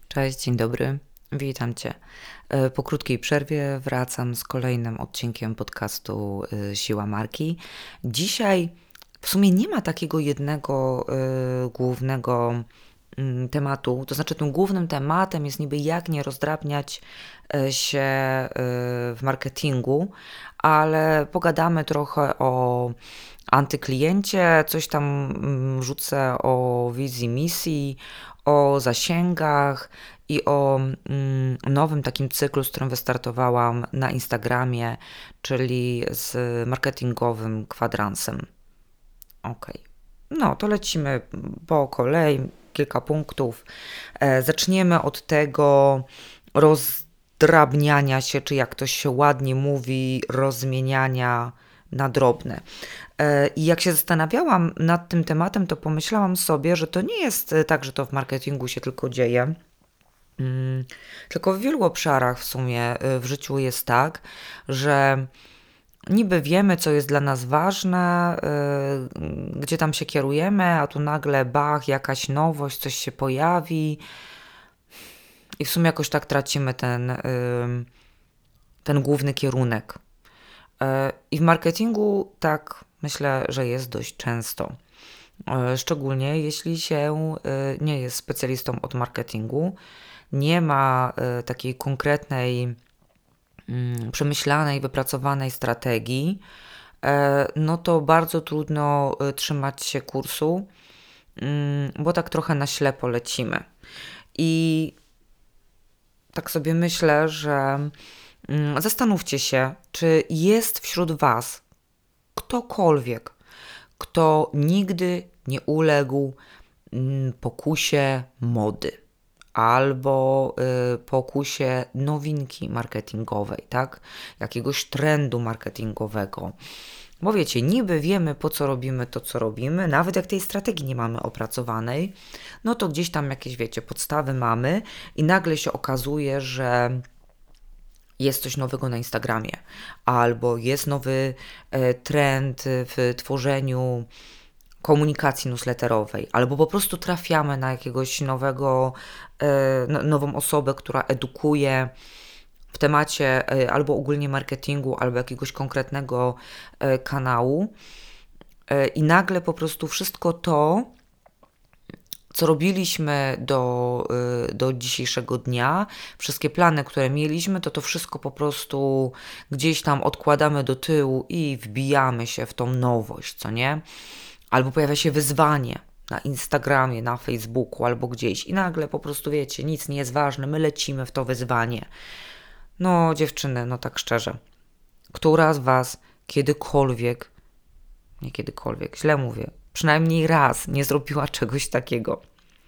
Cześć, dzień dobry. Witam Cię. Po krótkiej przerwie wracam z kolejnym odcinkiem podcastu Siła Marki. Dzisiaj w sumie nie ma takiego jednego głównego tematu. To znaczy, tym głównym tematem jest niby jak nie rozdrabniać się w marketingu, ale pogadamy trochę o antykliencie, coś tam rzucę o wizji, misji, o zasięgach i o nowym takim cyklu, z którym wystartowałam na Instagramie, czyli z marketingowym kwadransem. Ok. No, to lecimy po kolei, kilka punktów. Zaczniemy od tego rozdrabniania się, czy jak to się ładnie mówi, rozmieniania na drobne. I jak się zastanawiałam nad tym tematem, to pomyślałam sobie, że to nie jest tak, że to w marketingu się tylko dzieje. Tylko w wielu obszarach w sumie w życiu jest tak, że niby wiemy, co jest dla nas ważne, gdzie tam się kierujemy, a tu nagle bach, jakaś nowość, coś się pojawi i w sumie jakoś tak tracimy ten główny kierunek. I w marketingu tak myślę, że jest dość często. Szczególnie jeśli się nie jest specjalistą od marketingu, nie ma takiej konkretnej, przemyślanej, wypracowanej strategii, no to bardzo trudno trzymać się kursu, bo tak trochę na ślepo lecimy. I tak sobie myślę, że zastanówcie się, czy jest wśród Was ktokolwiek, kto nigdy nie uległ pokusie mody albo pokusie nowinki marketingowej, tak? Jakiegoś trendu marketingowego. Bo wiecie, niby wiemy, po co robimy to, co robimy, nawet jak tej strategii nie mamy opracowanej, no to gdzieś tam jakieś, wiecie, podstawy mamy i nagle się okazuje, że jest coś nowego na Instagramie, albo jest nowy trend w tworzeniu komunikacji newsletterowej, albo po prostu trafiamy na jakiegoś nową osobę, która edukuje w temacie albo ogólnie marketingu, albo jakiegoś konkretnego kanału i nagle po prostu wszystko to, co robiliśmy do dzisiejszego dnia, wszystkie plany, które mieliśmy, to wszystko po prostu gdzieś tam odkładamy do tyłu i wbijamy się w tą nowość, co nie? Albo pojawia się wyzwanie na Instagramie, na Facebooku albo gdzieś i nagle po prostu wiecie, nic nie jest ważne, my lecimy w to wyzwanie. No dziewczyny, no tak szczerze, która z Was nie kiedykolwiek, źle mówię, przynajmniej raz nie zrobiła czegoś takiego?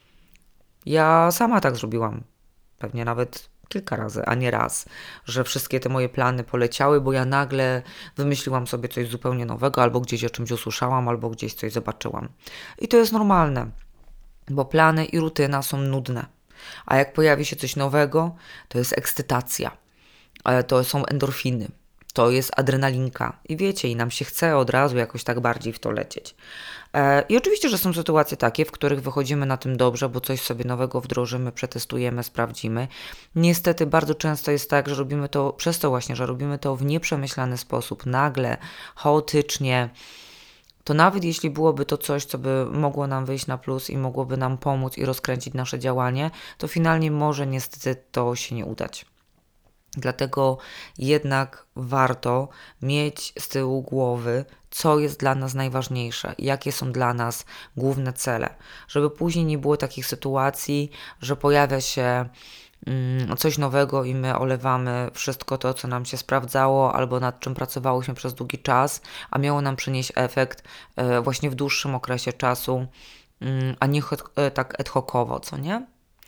Ja sama tak zrobiłam, pewnie nawet kilka razy, a nie raz, że wszystkie te moje plany poleciały, bo ja nagle wymyśliłam sobie coś zupełnie nowego, albo gdzieś o czymś usłyszałam, albo gdzieś coś zobaczyłam. I to jest normalne, bo plany i rutyna są nudne. A jak pojawi się coś nowego, to jest ekscytacja, to są endorfiny, to jest adrenalinka. I wiecie, i nam się chce od razu jakoś tak bardziej w to lecieć. I oczywiście, że są sytuacje takie, w których wychodzimy na tym dobrze, bo coś sobie nowego wdrożymy, przetestujemy, sprawdzimy. Niestety bardzo często jest tak, że robimy to przez to właśnie, że robimy to w nieprzemyślany sposób, nagle, chaotycznie. To nawet jeśli byłoby to coś, co by mogło nam wyjść na plus i mogłoby nam pomóc i rozkręcić nasze działanie, to finalnie może niestety to się nie udać. Dlatego jednak warto mieć z tyłu głowy, co jest dla nas najważniejsze, jakie są dla nas główne cele, żeby później nie było takich sytuacji, że pojawia się coś nowego i my olewamy wszystko to, co nam się sprawdzało albo nad czym pracowałyśmy przez długi czas, a miało nam przynieść efekt właśnie w dłuższym okresie czasu, a nie tak ad hocowo, co nie?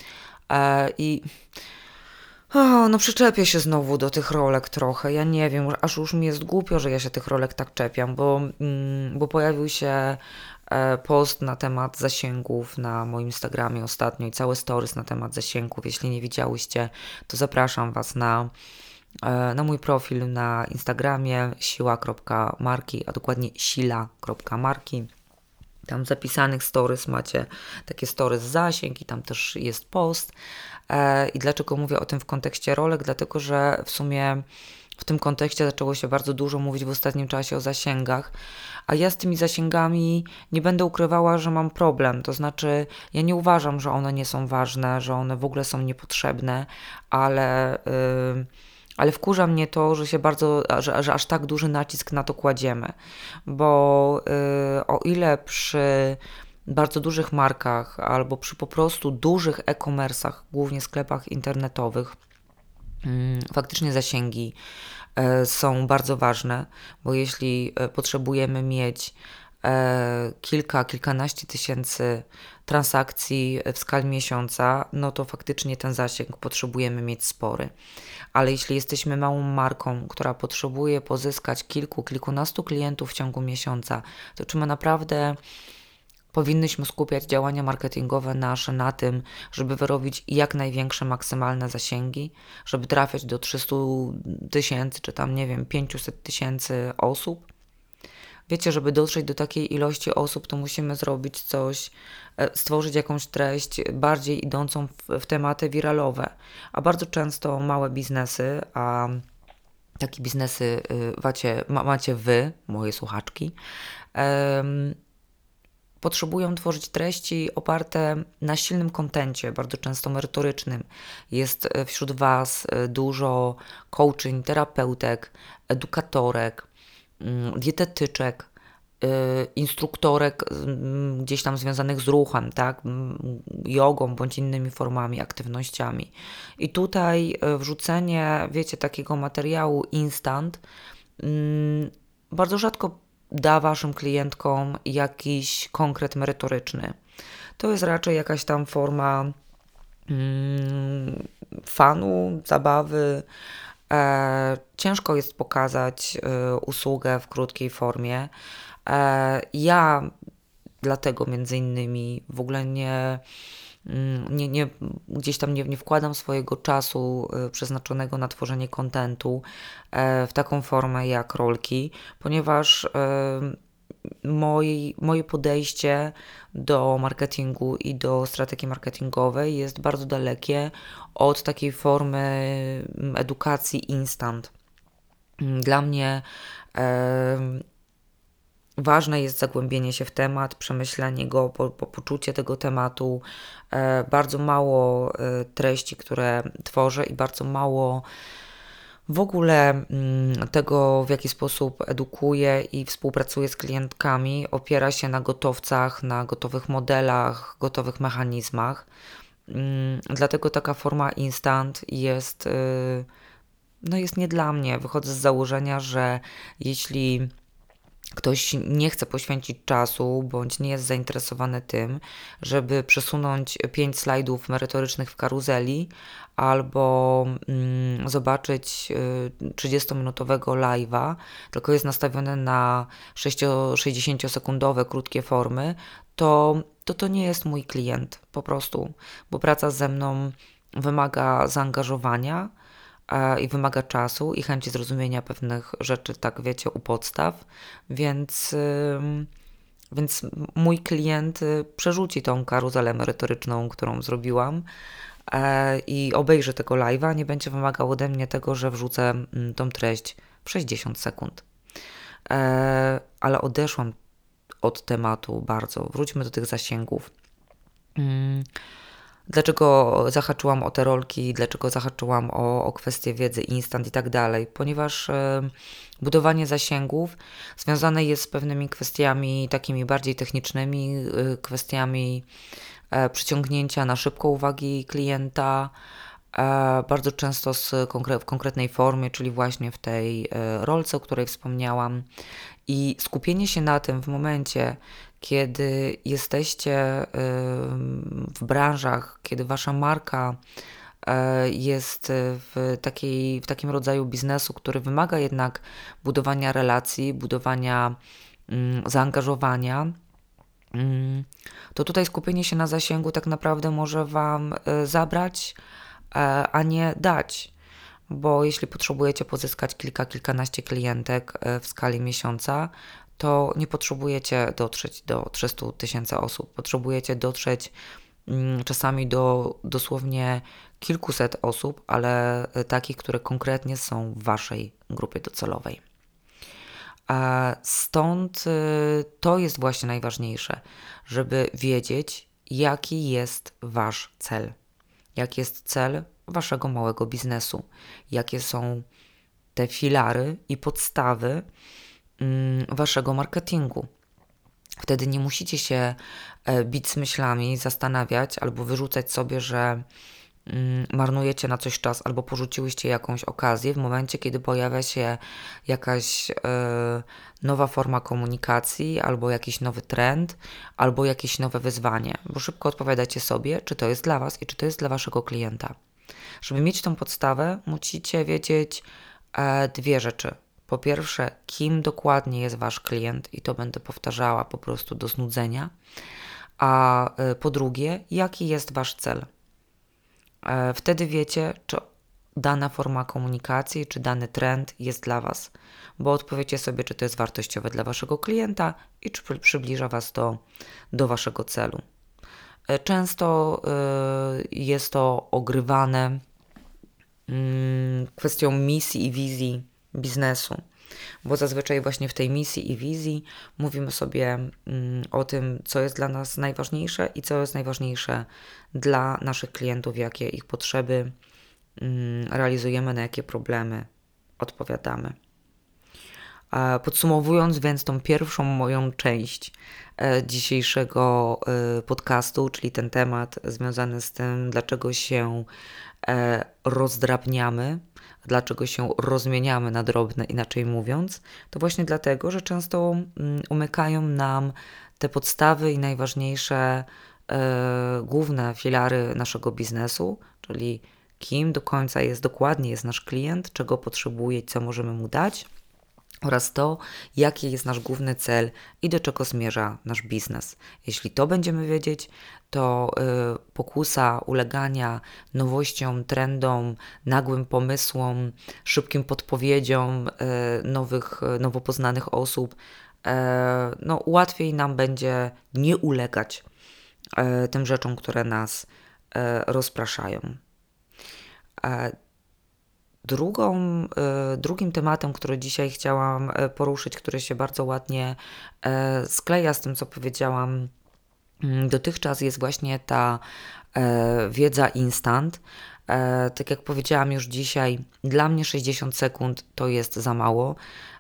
I no przyczepię się znowu do tych rolek trochę. Ja nie wiem, aż już mi jest głupio, że ja się tych rolek tak czepiam, bo pojawił się post na temat zasięgów na moim Instagramie ostatnio i cały stories na temat zasięgów. Jeśli nie widziałyście, to zapraszam Was na mój profil na Instagramie siła.marki, a dokładnie sila.marki. Tam w zapisanych stories macie takie stories zasięg i tam też jest post. I dlaczego mówię o tym w kontekście rolek? Dlatego, że w sumie w tym kontekście zaczęło się bardzo dużo mówić w ostatnim czasie o zasięgach, a ja z tymi zasięgami nie będę ukrywała, że mam problem. To znaczy, ja nie uważam, że one nie są ważne, że one w ogóle są niepotrzebne, ale wkurza mnie to, że się że aż tak duży nacisk na to kładziemy. Bo o ile przy bardzo dużych markach albo przy po prostu dużych e-commerce'ach, głównie sklepach internetowych, faktycznie zasięgi są bardzo ważne, bo jeśli potrzebujemy mieć kilkanaście tysięcy transakcji w skali miesiąca, no to faktycznie ten zasięg potrzebujemy mieć spory. Ale jeśli jesteśmy małą marką, która potrzebuje pozyskać kilkunastu klientów w ciągu miesiąca, to czy my naprawdę powinnyśmy skupiać działania marketingowe nasze na tym, żeby wyrobić jak największe maksymalne zasięgi, żeby trafiać do 300 tysięcy, czy tam, nie wiem, 500 tysięcy osób? Wiecie, żeby dotrzeć do takiej ilości osób, to musimy zrobić coś, stworzyć jakąś treść bardziej idącą w tematy wiralowe. A bardzo często małe biznesy, a takie biznesy macie wy, moje słuchaczki, potrzebują tworzyć treści oparte na silnym kontencie, bardzo często merytorycznym. Jest wśród Was dużo coaching, terapeutek, edukatorek, dietetyczek, instruktorek gdzieś tam związanych z ruchem, tak, jogą bądź innymi formami, aktywnościami. I tutaj wrzucenie, wiecie, takiego materiału instant bardzo rzadko da Waszym klientkom jakiś konkret merytoryczny. To jest raczej jakaś tam forma fanu, zabawy. Ciężko jest pokazać usługę w krótkiej formie. Ja dlatego między innymi w ogóle gdzieś tam nie wkładam swojego czasu przeznaczonego na tworzenie kontentu w taką formę jak rolki, ponieważ moje podejście do marketingu i do strategii marketingowej jest bardzo dalekie od takiej formy edukacji instant. Dla mnie ważne jest zagłębienie się w temat, przemyślenie go, poczucie tego tematu. Bardzo mało treści, które tworzę i bardzo mało w ogóle tego, w jaki sposób edukuję i współpracuję z klientkami, opiera się na gotowcach, na gotowych modelach, gotowych mechanizmach. Dlatego taka forma instant jest nie dla mnie. Wychodzę z założenia, że jeśli ktoś nie chce poświęcić czasu, bądź nie jest zainteresowany tym, żeby przesunąć 5 slajdów merytorycznych w karuzeli, albo zobaczyć 30-minutowego live'a, tylko jest nastawiony na 60-sekundowe krótkie formy, to nie jest mój klient po prostu, bo praca ze mną wymaga zaangażowania i wymaga czasu i chęci zrozumienia pewnych rzeczy, tak wiecie, u podstaw, więc mój klient przerzuci tą karuzelę merytoryczną, którą zrobiłam i obejrzy tego live'a, nie będzie wymagał ode mnie tego, że wrzucę tą treść w 60 sekund. Ale odeszłam od tematu bardzo. Wróćmy do tych zasięgów. Dlaczego zahaczyłam o te rolki, dlaczego zahaczyłam o kwestię wiedzy instant i tak dalej? Ponieważ budowanie zasięgów związane jest z pewnymi kwestiami takimi bardziej technicznymi, kwestiami przyciągnięcia na szybko uwagi klienta, bardzo często w konkretnej formie, czyli właśnie w tej rolce, o której wspomniałam. I skupienie się na tym w momencie, kiedy jesteście w branżach, kiedy wasza marka jest w takim rodzaju biznesu, który wymaga jednak budowania relacji, budowania zaangażowania, to tutaj skupienie się na zasięgu tak naprawdę może Wam zabrać, a nie dać. Bo jeśli potrzebujecie pozyskać kilkanaście klientek w skali miesiąca, to nie potrzebujecie dotrzeć do 300 000 osób. Potrzebujecie dotrzeć czasami do dosłownie kilkuset osób, ale takich, które konkretnie są w waszej grupie docelowej. A stąd to jest właśnie najważniejsze, żeby wiedzieć, jaki jest wasz cel. Jaki jest cel waszego małego biznesu. Jakie są te filary i podstawy waszego marketingu. Wtedy nie musicie się bić z myślami, zastanawiać albo wyrzucać sobie, że marnujecie na coś czas albo porzuciłyście jakąś okazję w momencie, kiedy pojawia się jakaś nowa forma komunikacji albo jakiś nowy trend, albo jakieś nowe wyzwanie, bo szybko odpowiadacie sobie, czy to jest dla was i czy to jest dla waszego klienta. Żeby mieć tą podstawę, musicie wiedzieć dwie rzeczy. Po pierwsze, kim dokładnie jest wasz klient i to będę powtarzała po prostu do znudzenia, a po drugie, jaki jest wasz cel. Wtedy wiecie, czy dana forma komunikacji, czy dany trend jest dla was, bo odpowiecie sobie, czy to jest wartościowe dla waszego klienta i czy przybliża was do waszego celu. Często jest to ogrywane kwestią misji i wizji biznesu, bo zazwyczaj właśnie w tej misji i wizji mówimy sobie o tym, co jest dla nas najważniejsze i co jest najważniejsze dla naszych klientów, jakie ich potrzeby realizujemy, na jakie problemy odpowiadamy. Podsumowując więc tą pierwszą moją część dzisiejszego podcastu, czyli ten temat związany z tym, dlaczego się rozdrabniamy, dlaczego się rozmieniamy na drobne, inaczej mówiąc, to właśnie dlatego, że często umykają nam te podstawy i najważniejsze główne filary naszego biznesu, czyli kim do końca dokładnie jest nasz klient, czego potrzebuje i co możemy mu dać, oraz to, jaki jest nasz główny cel i do czego zmierza nasz biznes. Jeśli to będziemy wiedzieć, to pokusa ulegania nowościom, trendom, nagłym pomysłom, szybkim podpowiedziom nowo poznanych osób, łatwiej nam będzie nie ulegać tym rzeczom, które nas rozpraszają. Drugim tematem, który dzisiaj chciałam poruszyć, który się bardzo ładnie skleja z tym, co powiedziałam dotychczas, jest właśnie ta wiedza instant. Tak jak powiedziałam już dzisiaj, dla mnie 60 sekund to jest za mało.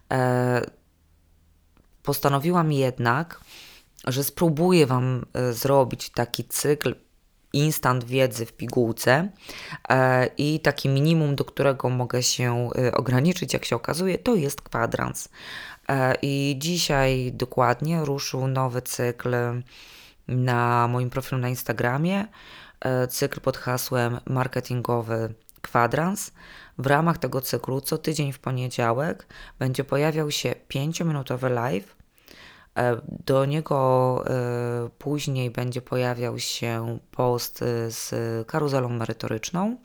Postanowiłam jednak, że spróbuję Wam zrobić taki cykl instant wiedzy w pigułce i taki minimum, do którego mogę się ograniczyć, jak się okazuje, to jest kwadrans. I dzisiaj dokładnie ruszył nowy cykl na moim profilu na Instagramie, cykl pod hasłem marketingowy kwadrans. W ramach tego cyklu co tydzień w poniedziałek będzie pojawiał się 5-minutowy live. Do niego później będzie pojawiał się post z karuzelą merytoryczną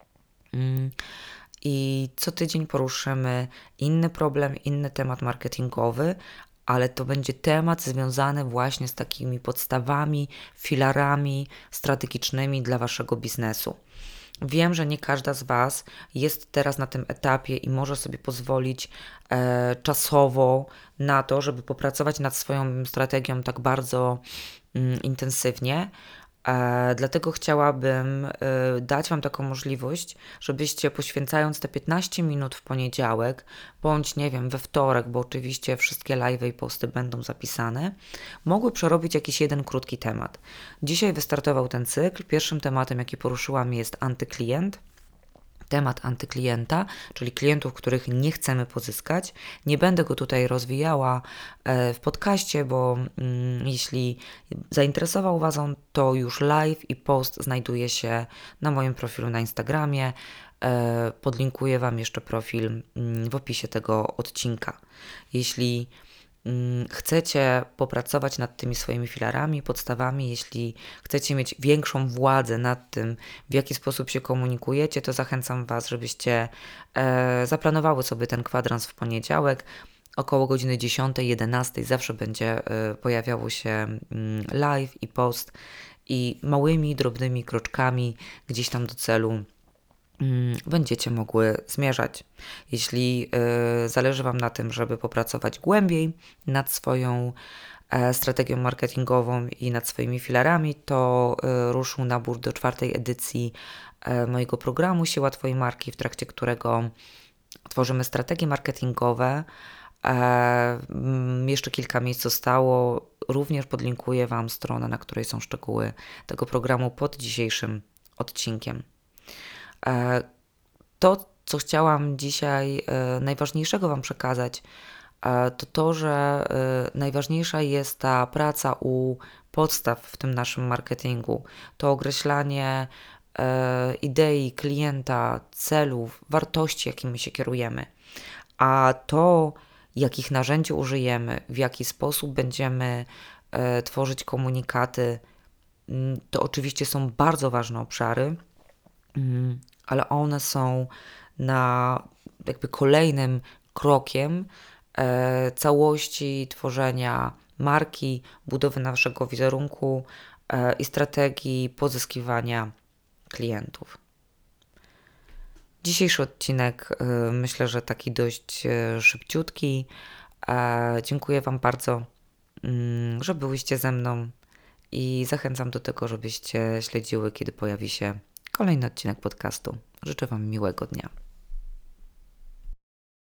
i co tydzień poruszymy inny problem, inny temat marketingowy, ale to będzie temat związany właśnie z takimi podstawami, filarami strategicznymi dla waszego biznesu. Wiem, że nie każda z Was jest teraz na tym etapie i może sobie pozwolić czasowo na to, żeby popracować nad swoją strategią tak bardzo intensywnie. Dlatego chciałabym dać Wam taką możliwość, żebyście poświęcając te 15 minut w poniedziałek, bądź nie wiem, we wtorek, bo oczywiście wszystkie live'y i posty będą zapisane, mogły przerobić jakiś jeden krótki temat. Dzisiaj wystartował ten cykl. Pierwszym tematem, jaki poruszyłam, jest antyklient. Temat antyklienta, czyli klientów, których nie chcemy pozyskać. Nie będę go tutaj rozwijała w podcaście, bo jeśli zainteresował Was on, to już live i post znajduje się na moim profilu na Instagramie. Podlinkuję Wam jeszcze profil w opisie tego odcinka. Jeśli chcecie popracować nad tymi swoimi filarami, podstawami, jeśli chcecie mieć większą władzę nad tym, w jaki sposób się komunikujecie, to zachęcam Was, żebyście zaplanowały sobie ten kwadrans w poniedziałek. około godziny 10, 11 zawsze będzie pojawiało się live i post i małymi, drobnymi kroczkami gdzieś tam do celu będziecie mogły zmierzać. Jeśli zależy Wam na tym, żeby popracować głębiej nad swoją strategią marketingową i nad swoimi filarami, to ruszył nabór do 4. edycji mojego programu Siła Twojej Marki, w trakcie którego tworzymy strategie marketingowe. Jeszcze kilka miejsc zostało. Również podlinkuję Wam stronę, na której są szczegóły tego programu pod dzisiejszym odcinkiem. To, co chciałam dzisiaj najważniejszego Wam przekazać, to to, że najważniejsza jest ta praca u podstaw w tym naszym marketingu. To określanie idei klienta, celów, wartości, jakimi się kierujemy. A to, jakich narzędzi użyjemy, w jaki sposób będziemy tworzyć komunikaty, to oczywiście są bardzo ważne obszary, ale one są jakby kolejnym krokiem całości tworzenia marki, budowy naszego wizerunku i strategii pozyskiwania klientów. Dzisiejszy odcinek myślę, że taki dość szybciutki. Dziękuję Wam bardzo, że byłyście ze mną i zachęcam do tego, żebyście śledziły, kiedy pojawi się kolejny odcinek podcastu. Życzę Wam miłego dnia.